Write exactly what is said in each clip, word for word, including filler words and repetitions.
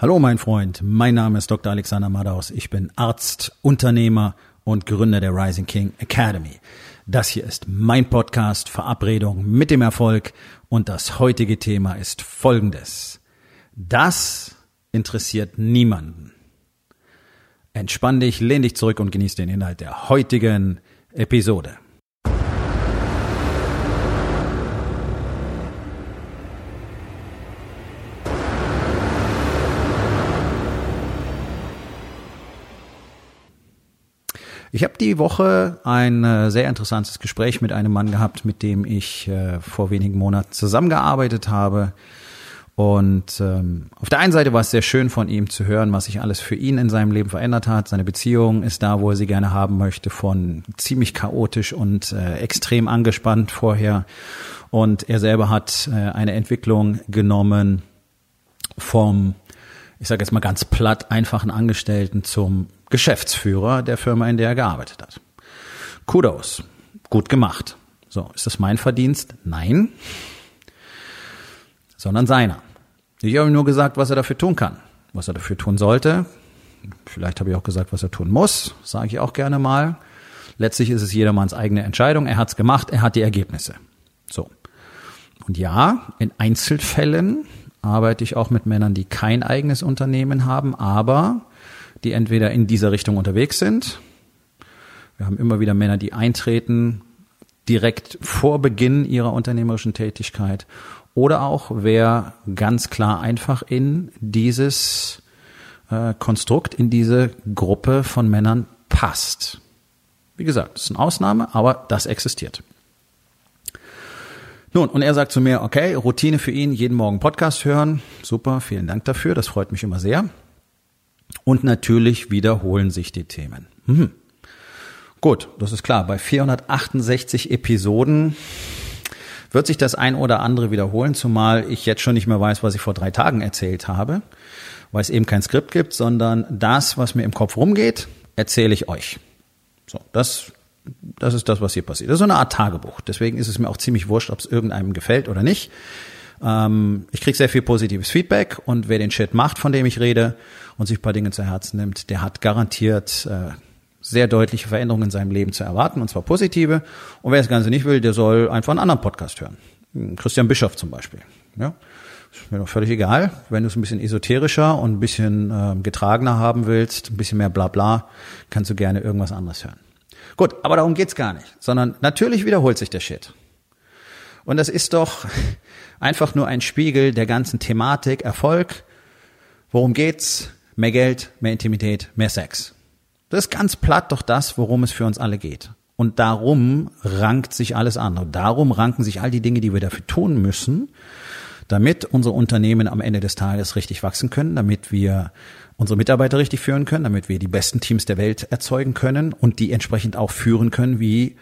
Hallo mein Freund, mein Name ist Doktor Alexander Madaus. Ich bin Arzt, Unternehmer und Gründer der Rising King Academy. Das hier ist mein Podcast Verabredung mit dem Erfolg und das heutige Thema ist folgendes. Das interessiert niemanden. Entspann dich, lehn dich zurück und genieß den Inhalt der heutigen Episode. Ich habe die Woche ein äh, sehr interessantes Gespräch mit einem Mann gehabt, mit dem ich äh, vor wenigen Monaten zusammengearbeitet habe. Und ähm, auf der einen Seite war es sehr schön von ihm zu hören, was sich alles für ihn in seinem Leben verändert hat. Seine Beziehung ist da, wo er sie gerne haben möchte, von ziemlich chaotisch und äh, extrem angespannt vorher. Und er selber hat äh, eine Entwicklung genommen vom, ich sage jetzt mal ganz platt, einfachen Angestellten zum Geschäftsführer der Firma, in der er gearbeitet hat. Kudos, gut gemacht. So, ist das mein Verdienst? Nein, sondern seiner. Ich habe ihm nur gesagt, was er dafür tun kann, was er dafür tun sollte. Vielleicht habe ich auch gesagt, was er tun muss, sage ich auch gerne mal. Letztlich ist es jedermanns eigene Entscheidung. Er hat es gemacht, er hat die Ergebnisse. So. Und ja, in Einzelfällen arbeite ich auch mit Männern, die kein eigenes Unternehmen haben, aber die entweder in dieser Richtung unterwegs sind. Wir haben immer wieder Männer, die eintreten direkt vor Beginn ihrer unternehmerischen Tätigkeit. Oder auch, wer ganz klar einfach in dieses äh, Konstrukt, in diese Gruppe von Männern passt. Wie gesagt, das ist eine Ausnahme, aber das existiert. Nun, und er sagt zu mir, okay, Routine für ihn, jeden Morgen Podcast hören. Super, vielen Dank dafür, das freut mich immer sehr. Und natürlich wiederholen sich die Themen. Mhm. Gut, das ist klar. Bei vierhundertachtundsechzig Episoden wird sich das ein oder andere wiederholen, zumal ich jetzt schon nicht mehr weiß, was ich vor drei Tagen erzählt habe, weil es eben kein Skript gibt, sondern das, was mir im Kopf rumgeht, erzähle ich euch. So, das, das ist das, was hier passiert. Das ist so eine Art Tagebuch. Deswegen ist es mir auch ziemlich wurscht, ob es irgendeinem gefällt oder nicht. Ich kriege sehr viel positives Feedback und wer den Shit macht, von dem ich rede und sich ein paar Dinge zu Herzen nimmt, der hat garantiert äh, sehr deutliche Veränderungen in seinem Leben zu erwarten, und zwar positive. Und wer das Ganze nicht will, der soll einfach einen anderen Podcast hören. Christian Bischoff zum Beispiel. Ja, ist mir doch völlig egal. Wenn du es ein bisschen esoterischer und ein bisschen äh, getragener haben willst, ein bisschen mehr Blabla, kannst du gerne irgendwas anderes hören. Gut, aber darum geht's gar nicht, sondern natürlich wiederholt sich der Shit. Und das ist doch einfach nur ein Spiegel der ganzen Thematik, Erfolg. Worum geht's? Mehr Geld, mehr Intimität, mehr Sex. Das ist ganz platt doch das, worum es für uns alle geht. Und darum rankt sich alles andere. Darum ranken sich all die Dinge, die wir dafür tun müssen, damit unsere Unternehmen am Ende des Tages richtig wachsen können, damit wir unsere Mitarbeiter richtig führen können, damit wir die besten Teams der Welt erzeugen können und die entsprechend auch führen können, wie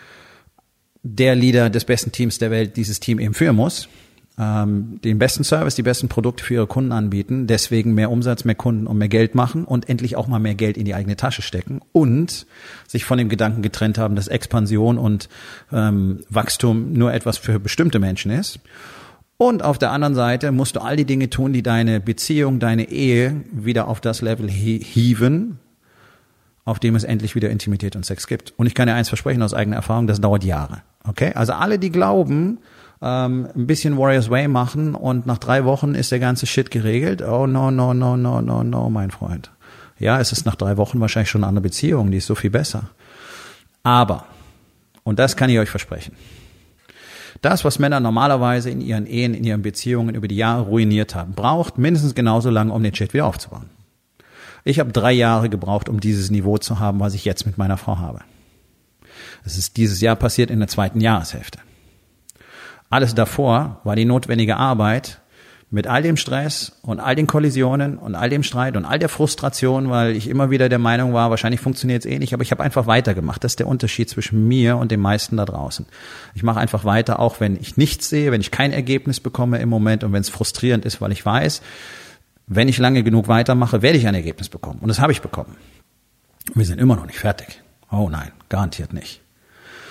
der Leader des besten Teams der Welt dieses Team eben führen muss, ähm, den besten Service, die besten Produkte für ihre Kunden anbieten, deswegen mehr Umsatz, mehr Kunden und mehr Geld machen und endlich auch mal mehr Geld in die eigene Tasche stecken und sich von dem Gedanken getrennt haben, dass Expansion und ähm, Wachstum nur etwas für bestimmte Menschen ist. Und auf der anderen Seite musst du all die Dinge tun, die deine Beziehung, deine Ehe wieder auf das Level hieven, auf dem es endlich wieder Intimität und Sex gibt. Und ich kann dir eins versprechen aus eigener Erfahrung, das dauert Jahre. Okay? Also alle, die glauben, ähm, ein bisschen Warriors Way machen und nach drei Wochen ist der ganze Shit geregelt. Oh no, no, no, no, no, no, mein Freund. Ja, es ist nach drei Wochen wahrscheinlich schon eine andere Beziehung, die ist so viel besser. Aber, und das kann ich euch versprechen, das, was Männer normalerweise in ihren Ehen, in ihren Beziehungen über die Jahre ruiniert haben, braucht mindestens genauso lange, um den Shit wieder aufzubauen. Ich habe drei Jahre gebraucht, um dieses Niveau zu haben, was ich jetzt mit meiner Frau habe. Es ist dieses Jahr passiert in der zweiten Jahreshälfte. Alles davor war die notwendige Arbeit mit all dem Stress und all den Kollisionen und all dem Streit und all der Frustration, weil ich immer wieder der Meinung war, wahrscheinlich funktioniert es eh nicht, aber ich habe einfach weitergemacht. Das ist der Unterschied zwischen mir und den meisten da draußen. Ich mache einfach weiter, auch wenn ich nichts sehe, wenn ich kein Ergebnis bekomme im Moment und wenn es frustrierend ist, weil ich weiß, wenn ich lange genug weitermache, werde ich ein Ergebnis bekommen. Und das habe ich bekommen. Wir sind immer noch nicht fertig. Oh nein, garantiert nicht.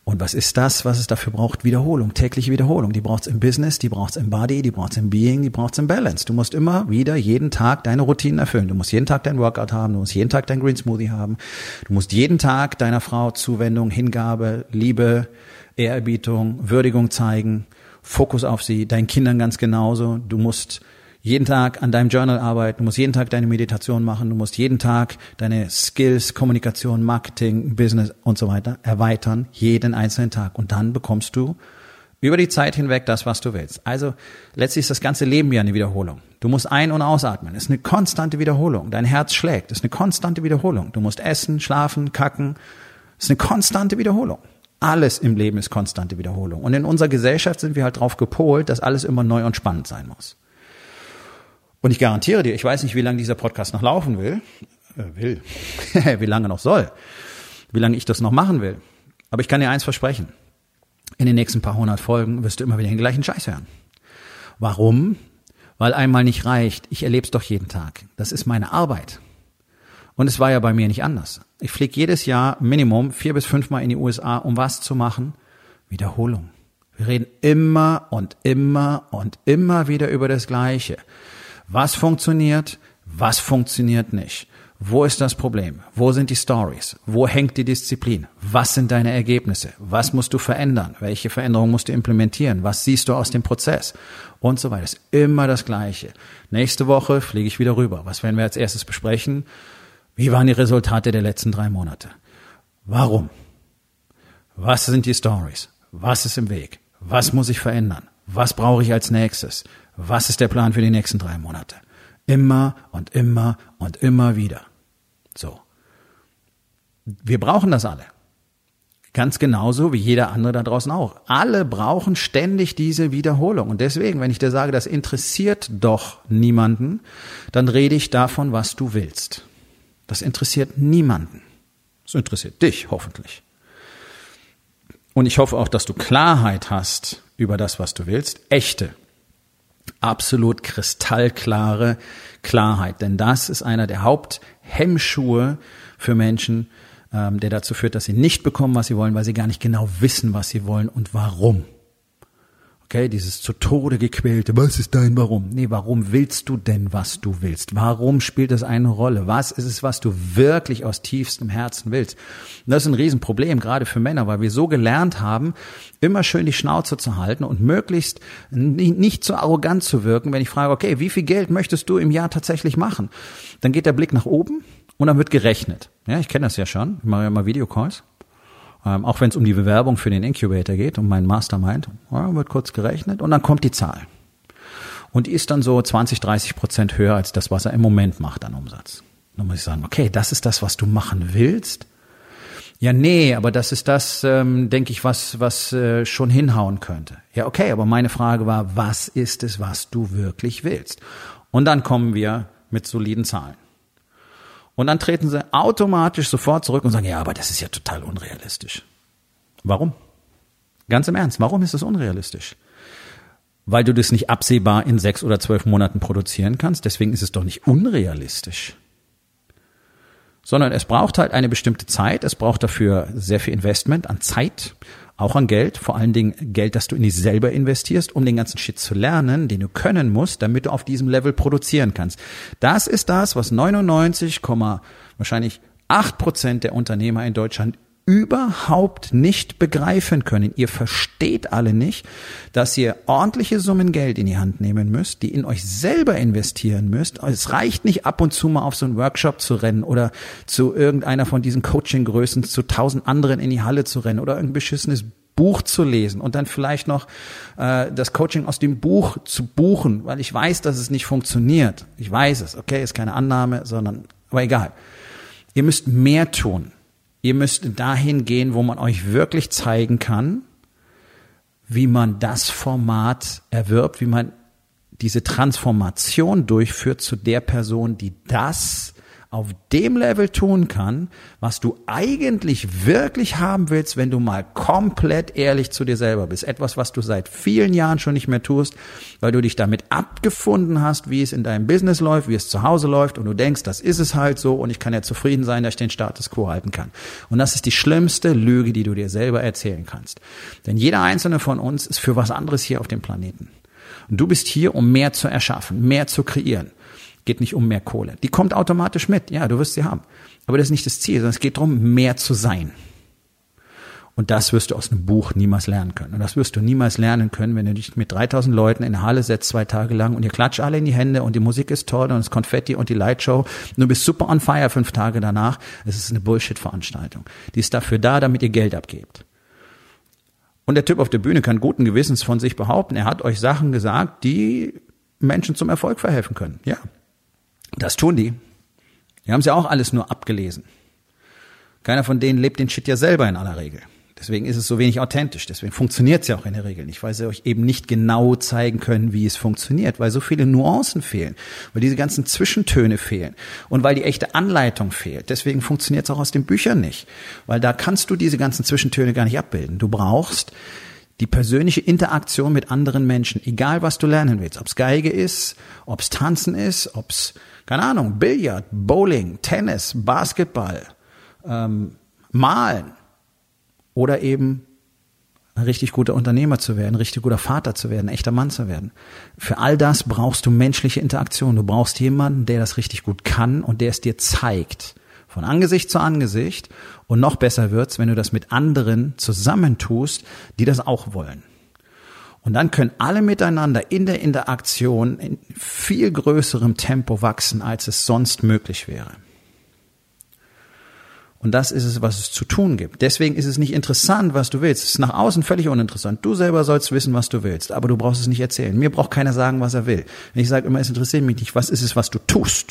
Und was ist das, was es dafür braucht? Wiederholung, tägliche Wiederholung. Die braucht es im Business, die braucht es im Body, die braucht es im Being, die braucht es im Balance. Du musst immer wieder jeden Tag deine Routinen erfüllen. Du musst jeden Tag dein Workout haben, du musst jeden Tag dein Green Smoothie haben. Du musst jeden Tag deiner Frau Zuwendung, Hingabe, Liebe, Ehrerbietung, Würdigung zeigen, Fokus auf sie, deinen Kindern ganz genauso. Du musst jeden Tag an deinem Journal arbeiten, du musst jeden Tag deine Meditation machen, du musst jeden Tag deine Skills, Kommunikation, Marketing, Business und so weiter erweitern, jeden einzelnen Tag. Und dann bekommst du über die Zeit hinweg das, was du willst. Also letztlich ist das ganze Leben ja eine Wiederholung. Du musst ein- und ausatmen. Es ist eine konstante Wiederholung. Dein Herz schlägt. Es ist eine konstante Wiederholung. Du musst essen, schlafen, kacken. Es ist eine konstante Wiederholung. Alles im Leben ist konstante Wiederholung. Und in unserer Gesellschaft sind wir halt drauf gepolt, dass alles immer neu und spannend sein muss. Und ich garantiere dir, ich weiß nicht, wie lange dieser Podcast noch laufen will, äh, will, wie lange noch soll, wie lange ich das noch machen will. Aber ich kann dir eins versprechen. In den nächsten paar hundert Folgen wirst du immer wieder den gleichen Scheiß hören. Warum? Weil einmal nicht reicht. Ich erlebe es doch jeden Tag. Das ist meine Arbeit. Und es war ja bei mir nicht anders. Ich fliege jedes Jahr Minimum vier bis fünfmal in die U S A, um was zu machen? Wiederholung. Wir reden immer und immer und immer wieder über das Gleiche. Was funktioniert, was funktioniert nicht? Wo ist das Problem? Wo sind die Stories? Wo hängt die Disziplin? Was sind deine Ergebnisse? Was musst du verändern? Welche Veränderungen musst du implementieren? Was siehst du aus dem Prozess? Und so weiter. Es ist immer das Gleiche. Nächste Woche fliege ich wieder rüber. Was werden wir als erstes besprechen? Wie waren die Resultate der letzten drei Monate? Warum? Was sind die Stories? Was ist im Weg? Was muss ich verändern? Was brauche ich als nächstes? Was ist der Plan für die nächsten drei Monate? Immer und immer und immer wieder. So. Wir brauchen das alle. Ganz genauso wie jeder andere da draußen auch. Alle brauchen ständig diese Wiederholung. Und deswegen, wenn ich dir sage, das interessiert doch niemanden, dann rede ich davon, was du willst. Das interessiert niemanden. Das interessiert dich hoffentlich. Und ich hoffe auch, dass du Klarheit hast über das, was du willst. Echte, absolut kristallklare Klarheit. Denn das ist einer der Haupthemmschuhe für Menschen, ähm, der dazu führt, dass sie nicht bekommen, was sie wollen, weil sie gar nicht genau wissen, was sie wollen und warum. Okay, dieses zu Tode gequälte, was ist dein Warum? Nee, warum willst du denn, was du willst? Warum spielt das eine Rolle? Was ist es, was du wirklich aus tiefstem Herzen willst? Und das ist ein Riesenproblem, gerade für Männer, weil wir so gelernt haben, immer schön die Schnauze zu halten und möglichst nicht so arrogant zu wirken, wenn ich frage, okay, wie viel Geld möchtest du im Jahr tatsächlich machen? Dann geht der Blick nach oben und dann wird gerechnet. Ja, ich kenne das ja schon, ich mache ja mal Videocalls. Ähm, auch wenn es um die Bewerbung für den Incubator geht, um meinen Mastermind, ja, wird kurz gerechnet und dann kommt die Zahl. Und die ist dann so zwanzig, dreißig Prozent höher als das, was er im Moment macht an Umsatz. Dann muss ich sagen, okay, das ist das, was du machen willst? Ja, nee, aber das ist das, ähm, denke ich, was was äh, schon hinhauen könnte. Ja, okay, aber meine Frage war, was ist es, was du wirklich willst? Und dann kommen wir mit soliden Zahlen. Und dann treten sie automatisch sofort zurück und sagen, ja, aber das ist ja total unrealistisch. Warum? Ganz im Ernst, warum ist es unrealistisch? Weil du das nicht absehbar in sechs oder zwölf Monaten produzieren kannst, deswegen ist es doch nicht unrealistisch. Sondern es braucht halt eine bestimmte Zeit, es braucht dafür sehr viel Investment an Zeit, auch an Geld, vor allen Dingen Geld, das du in dich selber investierst, um den ganzen Shit zu lernen, den du können musst, damit du auf diesem Level produzieren kannst. Das ist das, was neunundneunzig, wahrscheinlich acht Prozent der Unternehmer in Deutschland überhaupt nicht begreifen können. Ihr versteht alle nicht, dass ihr ordentliche Summen Geld in die Hand nehmen müsst, die in euch selber investieren müsst. Es reicht nicht ab und zu mal auf so einen Workshop zu rennen oder zu irgendeiner von diesen Coaching-Größen zu tausend anderen in die Halle zu rennen oder irgendein beschissenes Buch zu lesen und dann vielleicht noch äh, das Coaching aus dem Buch zu buchen, weil ich weiß, dass es nicht funktioniert. Ich weiß es, okay, ist keine Annahme, sondern, aber egal. Ihr müsst mehr tun. Ihr müsst dahin gehen, wo man euch wirklich zeigen kann, wie man das Format erwirbt, wie man diese Transformation durchführt zu der Person, die das auf dem Level tun kann, was du eigentlich wirklich haben willst, wenn du mal komplett ehrlich zu dir selber bist. Etwas, was du seit vielen Jahren schon nicht mehr tust, weil du dich damit abgefunden hast, wie es in deinem Business läuft, wie es zu Hause läuft und du denkst, das ist es halt so und ich kann ja zufrieden sein, dass ich den Status quo halten kann. Und das ist die schlimmste Lüge, die du dir selber erzählen kannst. Denn jeder einzelne von uns ist für was anderes hier auf dem Planeten. Und du bist hier, um mehr zu erschaffen, mehr zu kreieren. Geht nicht um mehr Kohle. Die kommt automatisch mit. Ja, du wirst sie haben. Aber das ist nicht das Ziel, sondern es geht darum, mehr zu sein. Und das wirst du aus einem Buch niemals lernen können. Und das wirst du niemals lernen können, wenn du dich mit dreitausend Leuten in eine Halle setzt, zwei Tage lang, und ihr klatscht alle in die Hände und die Musik ist toll und das Konfetti und die Lightshow. Und du bist super on fire fünf Tage danach. Es ist eine Bullshit-Veranstaltung. Die ist dafür da, damit ihr Geld abgebt. Und der Typ auf der Bühne kann guten Gewissens von sich behaupten, er hat euch Sachen gesagt, die Menschen zum Erfolg verhelfen können. Ja. Das tun die. Die haben es ja auch alles nur abgelesen. Keiner von denen lebt den Shit ja selber in aller Regel. Deswegen ist es so wenig authentisch. Deswegen funktioniert es ja auch in der Regel nicht, weil sie euch eben nicht genau zeigen können, wie es funktioniert, weil so viele Nuancen fehlen, weil diese ganzen Zwischentöne fehlen und weil die echte Anleitung fehlt. Deswegen funktioniert es auch aus den Büchern nicht, weil da kannst du diese ganzen Zwischentöne gar nicht abbilden. Du brauchst die persönliche Interaktion mit anderen Menschen, egal was du lernen willst, ob es Geige ist, ob es Tanzen ist, ob es, keine Ahnung, Billard, Bowling, Tennis, Basketball, ähm, Malen oder eben ein richtig guter Unternehmer zu werden, ein richtig guter Vater zu werden, ein echter Mann zu werden. Für all das brauchst du menschliche Interaktion. Du brauchst jemanden, der das richtig gut kann und der es dir zeigt. Von Angesicht zu Angesicht. Und noch besser wird's, wenn du das mit anderen zusammentust, die das auch wollen. Und dann können alle miteinander in der Interaktion in viel größerem Tempo wachsen, als es sonst möglich wäre. Und das ist es, was es zu tun gibt. Deswegen ist es nicht interessant, was du willst. Es ist nach außen völlig uninteressant. Du selber sollst wissen, was du willst, aber du brauchst es nicht erzählen. Mir braucht keiner sagen, was er will. Wenn ich sage immer, es interessiert mich nicht, was ist es, was du tust?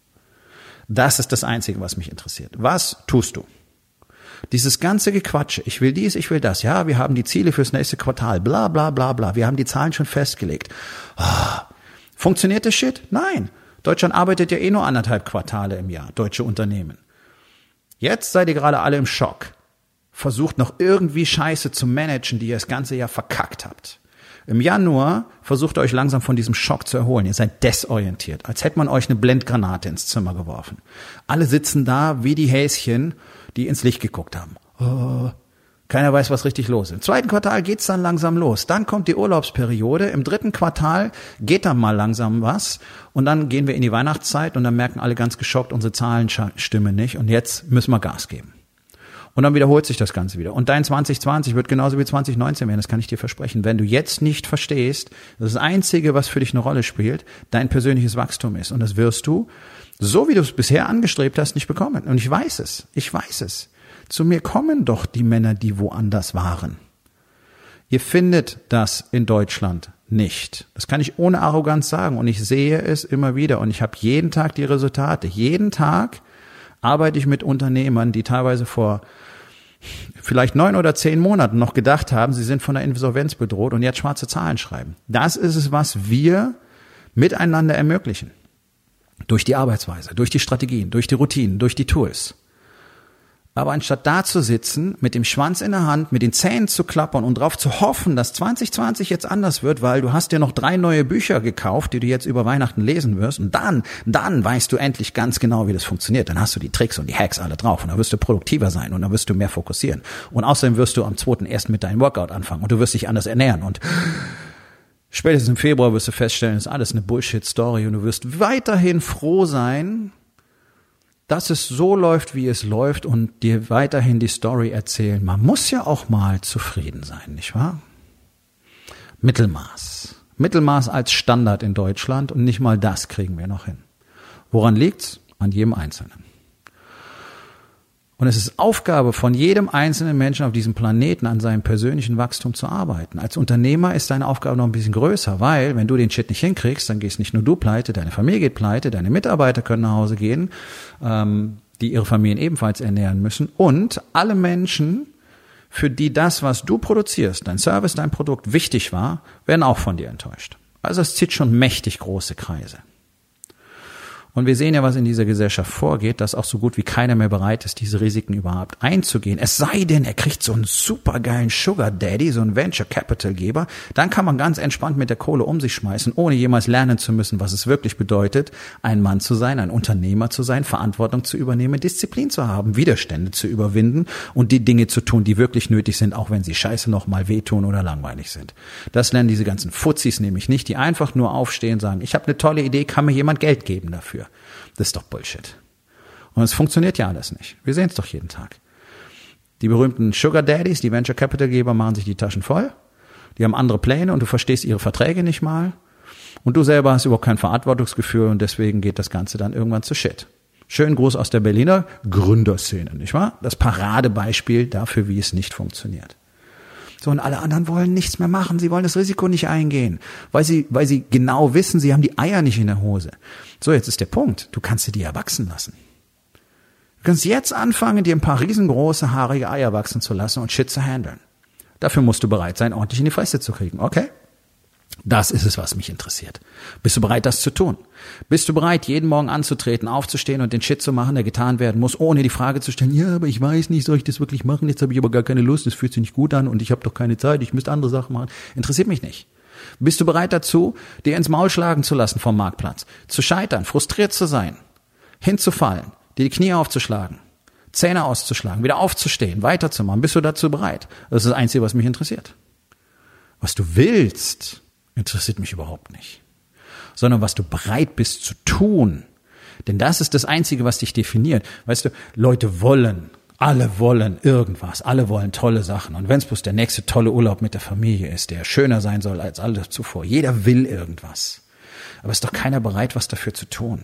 Das ist das Einzige, was mich interessiert. Was tust du? Dieses ganze Gequatsche, ich will dies, ich will das, ja, wir haben die Ziele fürs nächste Quartal, bla bla bla bla, wir haben die Zahlen schon festgelegt. Oh, funktioniert das Shit? Nein. Deutschland arbeitet ja eh nur anderthalb Quartale im Jahr, deutsche Unternehmen. Jetzt seid ihr gerade alle im Schock. Versucht noch irgendwie Scheiße zu managen, die ihr das ganze Jahr verkackt habt. Im Januar versucht ihr euch langsam von diesem Schock zu erholen. Ihr seid desorientiert, als hätte man euch eine Blendgranate ins Zimmer geworfen. Alle sitzen da wie die Häschen, die ins Licht geguckt haben. Oh, keiner weiß, was richtig los ist. Im zweiten Quartal geht's dann langsam los. Dann kommt die Urlaubsperiode. Im dritten Quartal geht dann mal langsam was. Und dann gehen wir in die Weihnachtszeit und dann merken alle ganz geschockt, unsere Zahlen stimmen nicht. Und jetzt müssen wir Gas geben. Und dann wiederholt sich das Ganze wieder. Und dein zwanzig zwanzig wird genauso wie zwanzig neunzehn werden, das kann ich dir versprechen. Wenn du jetzt nicht verstehst, dass das Einzige, was für dich eine Rolle spielt, dein persönliches Wachstum ist. Und das wirst du, so wie du es bisher angestrebt hast, nicht bekommen. Und ich weiß es, ich weiß es. Zu mir kommen doch die Männer, die woanders waren. Ihr findet das in Deutschland nicht. Das kann ich ohne Arroganz sagen. Und ich sehe es immer wieder. Und ich habe jeden Tag die Resultate. Jeden Tag arbeite ich mit Unternehmern, die teilweise vor vielleicht neun oder zehn Monaten noch gedacht haben, sie sind von der Insolvenz bedroht und jetzt schwarze Zahlen schreiben. Das ist es, was wir miteinander ermöglichen. Durch die Arbeitsweise, durch die Strategien, durch die Routinen, durch die Tools. Aber anstatt da zu sitzen, mit dem Schwanz in der Hand, mit den Zähnen zu klappern und darauf zu hoffen, dass zwanzig zwanzig jetzt anders wird, weil du hast dir noch drei neue Bücher gekauft, die du jetzt über Weihnachten lesen wirst, und dann, dann weißt du endlich ganz genau, wie das funktioniert. Dann hast du die Tricks und die Hacks alle drauf und dann wirst du produktiver sein und dann wirst du mehr fokussieren. Und außerdem wirst du am zweiten ersten mit deinem Workout anfangen und du wirst dich anders ernähren und spätestens im Februar wirst du feststellen, das ist alles eine Bullshit-Story und du wirst weiterhin froh sein, dass es so läuft, wie es läuft und dir weiterhin die Story erzählen. Man muss ja auch mal zufrieden sein, nicht wahr? Mittelmaß. Mittelmaß als Standard in Deutschland und nicht mal das kriegen wir noch hin. Woran liegt's? An jedem Einzelnen. Und es ist Aufgabe von jedem einzelnen Menschen auf diesem Planeten, an seinem persönlichen Wachstum zu arbeiten. Als Unternehmer ist deine Aufgabe noch ein bisschen größer, weil wenn du den Shit nicht hinkriegst, dann gehst nicht nur du pleite, deine Familie geht pleite, deine Mitarbeiter können nach Hause gehen, ähm, die ihre Familien ebenfalls ernähren müssen. Und alle Menschen, für die das, was du produzierst, dein Service, dein Produkt wichtig war, werden auch von dir enttäuscht. Also es zieht schon mächtig große Kreise. Und wir sehen ja, was in dieser Gesellschaft vorgeht, dass auch so gut wie keiner mehr bereit ist, diese Risiken überhaupt einzugehen. Es sei denn, er kriegt so einen supergeilen Sugar Daddy, so einen Venture Capital Geber, dann kann man ganz entspannt mit der Kohle um sich schmeißen, ohne jemals lernen zu müssen, was es wirklich bedeutet, ein Mann zu sein, ein Unternehmer zu sein, Verantwortung zu übernehmen, Disziplin zu haben, Widerstände zu überwinden und die Dinge zu tun, die wirklich nötig sind, auch wenn sie scheiße nochmal wehtun oder langweilig sind. Das lernen diese ganzen Fuzzis nämlich nicht, die einfach nur aufstehen und sagen, ich habe eine tolle Idee, kann mir jemand Geld geben dafür. Das ist doch Bullshit. Und es funktioniert ja alles nicht. Wir sehen es doch jeden Tag. Die berühmten Sugar Daddies, die Venture Capital Geber machen sich die Taschen voll. Die haben andere Pläne und du verstehst ihre Verträge nicht mal. Und du selber hast überhaupt kein Verantwortungsgefühl und deswegen geht das Ganze dann irgendwann zu Shit. Schönen Gruß aus der Berliner Gründerszene, nicht wahr? Das Paradebeispiel dafür, wie es nicht funktioniert. So, und alle anderen wollen nichts mehr machen. Sie wollen das Risiko nicht eingehen, weil sie, weil sie genau wissen, sie haben die Eier nicht in der Hose. So, jetzt ist der Punkt. Du kannst dir die erwachsen lassen. Du kannst jetzt anfangen, dir ein paar riesengroße, haarige Eier wachsen zu lassen und Shit zu handeln. Dafür musst du bereit sein, ordentlich in die Fresse zu kriegen. Okay? Das ist es, was mich interessiert. Bist du bereit, das zu tun? Bist du bereit, jeden Morgen anzutreten, aufzustehen und den Shit zu machen, der getan werden muss, ohne die Frage zu stellen, ja, aber ich weiß nicht, soll ich das wirklich machen? Jetzt habe ich aber gar keine Lust, das fühlt sich nicht gut an und ich habe doch keine Zeit, ich müsste andere Sachen machen. Interessiert mich nicht. Bist du bereit dazu, dir ins Maul schlagen zu lassen vom Marktplatz, zu scheitern, frustriert zu sein, hinzufallen, dir die Knie aufzuschlagen, Zähne auszuschlagen, wieder aufzustehen, weiterzumachen? Bist du dazu bereit? Das ist das Einzige, was mich interessiert. Was du willst, interessiert mich überhaupt nicht. Sondern was du bereit bist zu tun. Denn das ist das Einzige, was dich definiert. Weißt du, Leute wollen, alle wollen irgendwas, alle wollen tolle Sachen. Und wenn es bloß der nächste tolle Urlaub mit der Familie ist, der schöner sein soll als alle zuvor. Jeder will irgendwas. Aber ist doch keiner bereit, was dafür zu tun.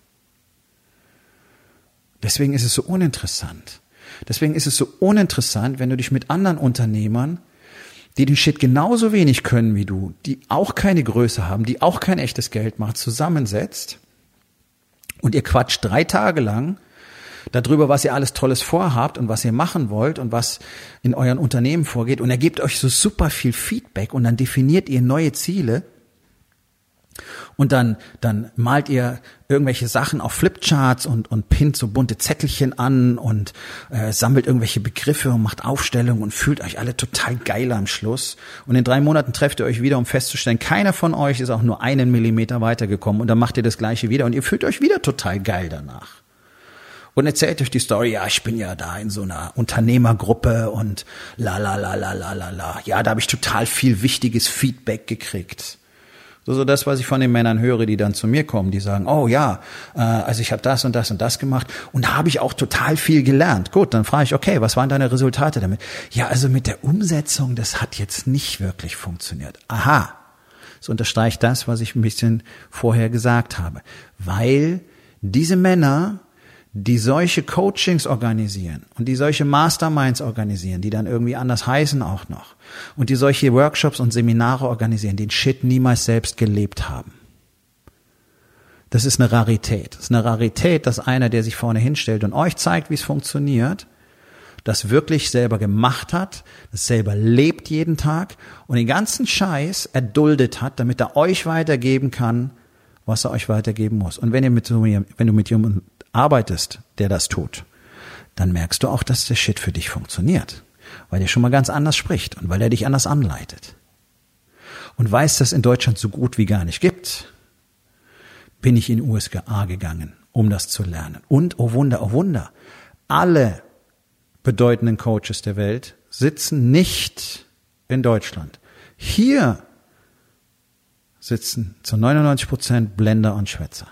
Deswegen ist es so uninteressant. Deswegen ist es so uninteressant, wenn du dich mit anderen Unternehmern, die den Shit genauso wenig können wie du, die auch keine Größe haben, die auch kein echtes Geld machen, zusammensetzt und ihr quatscht drei Tage lang darüber, was ihr alles Tolles vorhabt und was ihr machen wollt und was in euren Unternehmen vorgeht und er gibt euch so super viel Feedback und dann definiert ihr neue Ziele und dann dann malt ihr irgendwelche Sachen auf Flipcharts und und pinnt so bunte Zettelchen an und äh, sammelt irgendwelche Begriffe und macht Aufstellungen und fühlt euch alle total geil am Schluss. Und in drei Monaten trefft ihr euch wieder, um festzustellen, keiner von euch ist auch nur einen Millimeter weitergekommen und dann macht ihr das Gleiche wieder und ihr fühlt euch wieder total geil danach. Und erzählt euch die Story, ja, ich bin ja da in so einer Unternehmergruppe und la la la la la la la. Ja, da habe ich total viel wichtiges Feedback gekriegt. So, so das, was ich von den Männern höre, die dann zu mir kommen, die sagen, oh ja, äh, also ich habe das und das und das gemacht und da habe ich auch total viel gelernt. Gut, dann frage ich, okay, was waren deine Resultate damit? Ja, also mit der Umsetzung, das hat jetzt nicht wirklich funktioniert. Aha, das unterstreicht das, was ich ein bisschen vorher gesagt habe. Weil diese Männer, die solche Coachings organisieren und die solche Masterminds organisieren, die dann irgendwie anders heißen auch noch und die solche Workshops und Seminare organisieren, den Shit niemals selbst gelebt haben. Das ist eine Rarität. Das ist eine Rarität, dass einer, der sich vorne hinstellt und euch zeigt, wie es funktioniert, das wirklich selber gemacht hat, das selber lebt jeden Tag und den ganzen Scheiß erduldet hat, damit er euch weitergeben kann, was er euch weitergeben muss. Und wenn ihr mit so, wenn du mit jemandem arbeitest, der das tut, dann merkst du auch, dass der Shit für dich funktioniert, weil der schon mal ganz anders spricht und weil er dich anders anleitet. Und weil es das in Deutschland so gut wie gar nicht gibt, bin ich in den U S A gegangen, um das zu lernen. Und, oh Wunder, oh Wunder, alle bedeutenden Coaches der Welt sitzen nicht in Deutschland. Hier sitzen zu neunundneunzig Prozent Blender und Schwätzer.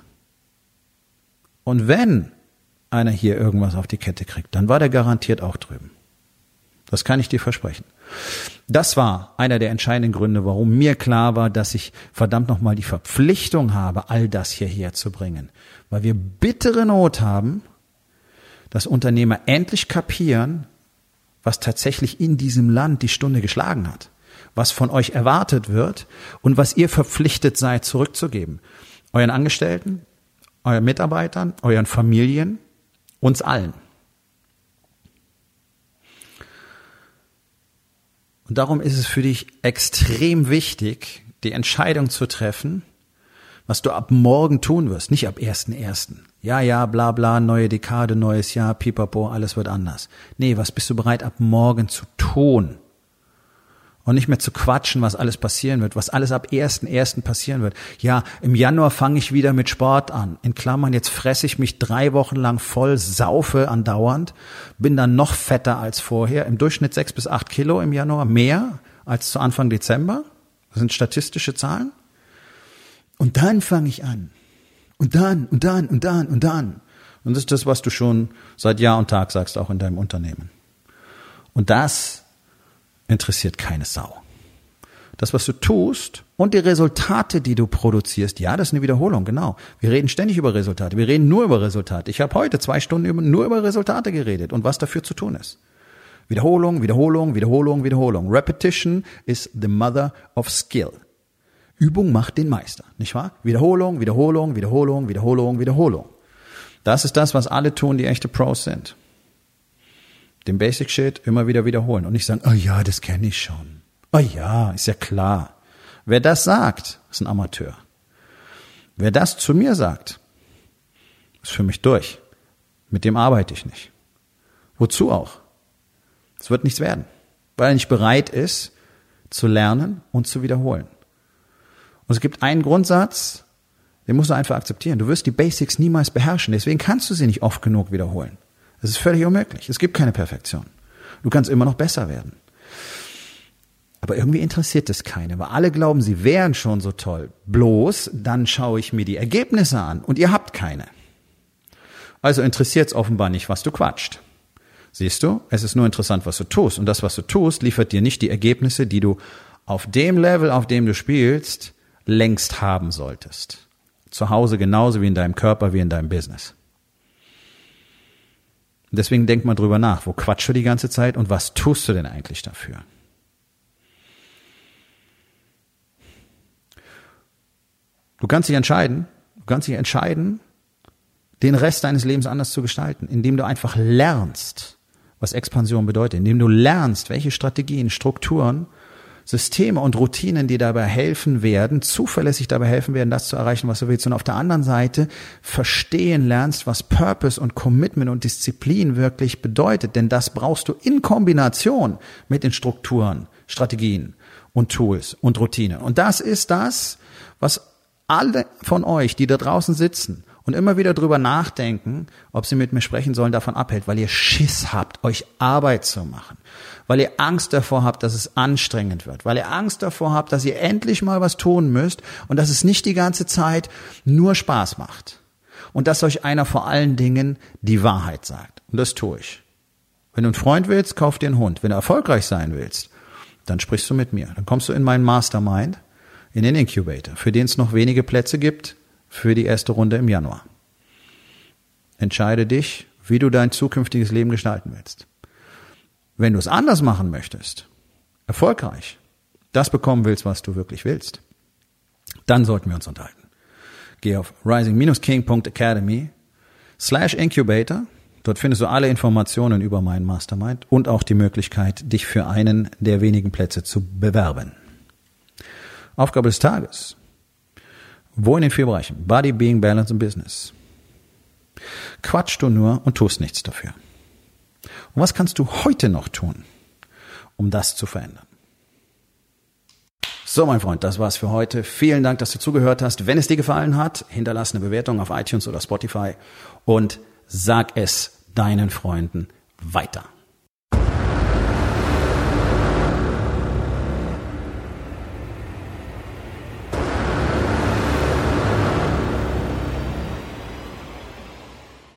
Und wenn einer hier irgendwas auf die Kette kriegt, dann war der garantiert auch drüben. Das kann ich dir versprechen. Das war einer der entscheidenden Gründe, warum mir klar war, dass ich verdammt nochmal die Verpflichtung habe, all das hierher zu bringen. Weil wir bittere Not haben, dass Unternehmer endlich kapieren, was tatsächlich in diesem Land die Stunde geschlagen hat, was von euch erwartet wird und was ihr verpflichtet seid, zurückzugeben. Euren Angestellten, euren Mitarbeitern, euren Familien, uns allen. Und darum ist es für dich extrem wichtig, die Entscheidung zu treffen, Was du ab morgen tun wirst, nicht ab ersten ersten Ja, ja, bla bla, neue Dekade, neues Jahr, pipapo, alles wird anders. Nee, was bist du bereit ab morgen zu tun? Und nicht mehr zu quatschen, was alles passieren wird, was alles ab ersten ersten passieren wird. Ja, im Januar fange ich wieder mit Sport an. In Klammern, jetzt fresse ich mich drei Wochen lang voll, saufe andauernd, bin dann noch fetter als vorher. Im Durchschnitt sechs bis acht Kilo im Januar, mehr als zu Anfang Dezember. Das sind statistische Zahlen. Und dann fange ich an. Und dann, und dann, und dann, und dann. Und das ist das, was du schon seit Jahr und Tag sagst, auch in deinem Unternehmen. Und das interessiert keine Sau. Das, was du tust und die Resultate, die du produzierst, ja, das ist eine Wiederholung, genau. Wir reden ständig über Resultate. Wir reden nur über Resultate. Ich habe heute zwei Stunden nur über Resultate geredet und was dafür zu tun ist. Wiederholung, Wiederholung, Wiederholung, Wiederholung. Repetition is the mother of skill. Übung macht den Meister, nicht wahr? Wiederholung, Wiederholung, Wiederholung, Wiederholung, Wiederholung. Das ist das, was alle tun, die echte Pros sind. Den Basic Shit immer wieder wiederholen und nicht sagen, oh ja, das kenne ich schon. Oh ja, ist ja klar. Wer das sagt, ist ein Amateur. Wer das zu mir sagt, ist für mich durch. Mit dem arbeite ich nicht. Wozu auch? Es wird nichts werden, weil er nicht bereit ist, zu lernen und zu wiederholen. Und es gibt einen Grundsatz, den musst du einfach akzeptieren. Du wirst die Basics niemals beherrschen, deswegen kannst du sie nicht oft genug wiederholen. Das ist völlig unmöglich. Es gibt keine Perfektion. Du kannst immer noch besser werden. Aber irgendwie interessiert es keine, weil alle glauben, sie wären schon so toll. Bloß, dann schaue ich mir die Ergebnisse an und ihr habt keine. Also interessiert es offenbar nicht, was du quatscht. Siehst du, es ist nur interessant, was du tust. Und das, was du tust, liefert dir nicht die Ergebnisse, die du auf dem Level, auf dem du spielst, längst haben solltest. Zu Hause genauso wie in deinem Körper, wie in deinem Business. Deswegen denk mal drüber nach, wo quatschst du die ganze Zeit und was tust du denn eigentlich dafür? Du kannst dich entscheiden, du kannst dich entscheiden, den Rest deines Lebens anders zu gestalten, indem du einfach lernst, was Expansion bedeutet, indem du lernst, welche Strategien, Strukturen, Systeme und Routinen dir dabei helfen werden, zuverlässig dabei helfen werden, das zu erreichen, was du willst. Und auf der anderen Seite verstehen lernst, was Purpose und Commitment und Disziplin wirklich bedeutet. Denn das brauchst du in Kombination mit den Strukturen, Strategien und Tools und Routinen. Und das ist das, was alle von euch, die da draußen sitzen und immer wieder drüber nachdenken, ob sie mit mir sprechen sollen, davon abhält, weil ihr Schiss habt, euch Arbeit zu machen, weil ihr Angst davor habt, dass es anstrengend wird, weil ihr Angst davor habt, dass ihr endlich mal was tun müsst und dass es nicht die ganze Zeit nur Spaß macht und dass euch einer vor allen Dingen die Wahrheit sagt. Und das tue ich. Wenn du einen Freund willst, kauf dir einen Hund. Wenn du erfolgreich sein willst, dann sprichst du mit mir. Dann kommst du in meinen Mastermind, in den Incubator, für den es noch wenige Plätze gibt, für die erste Runde im Januar. Entscheide dich, wie du dein zukünftiges Leben gestalten willst. Wenn du es anders machen möchtest, erfolgreich, das bekommen willst, was du wirklich willst, dann sollten wir uns unterhalten. Geh auf rising-king.academy slash incubator. Dort findest du alle Informationen über meinen Mastermind und auch die Möglichkeit, dich für einen der wenigen Plätze zu bewerben. Aufgabe des Tages. Wo in den vier Bereichen? Body, Being, Balance und Business. Quatschst du nur und tust nichts dafür. Und was kannst du heute noch tun, um das zu verändern? So, mein Freund, das war's für heute. Vielen Dank, dass du zugehört hast. Wenn es dir gefallen hat, hinterlass eine Bewertung auf iTunes oder Spotify und sag es deinen Freunden weiter.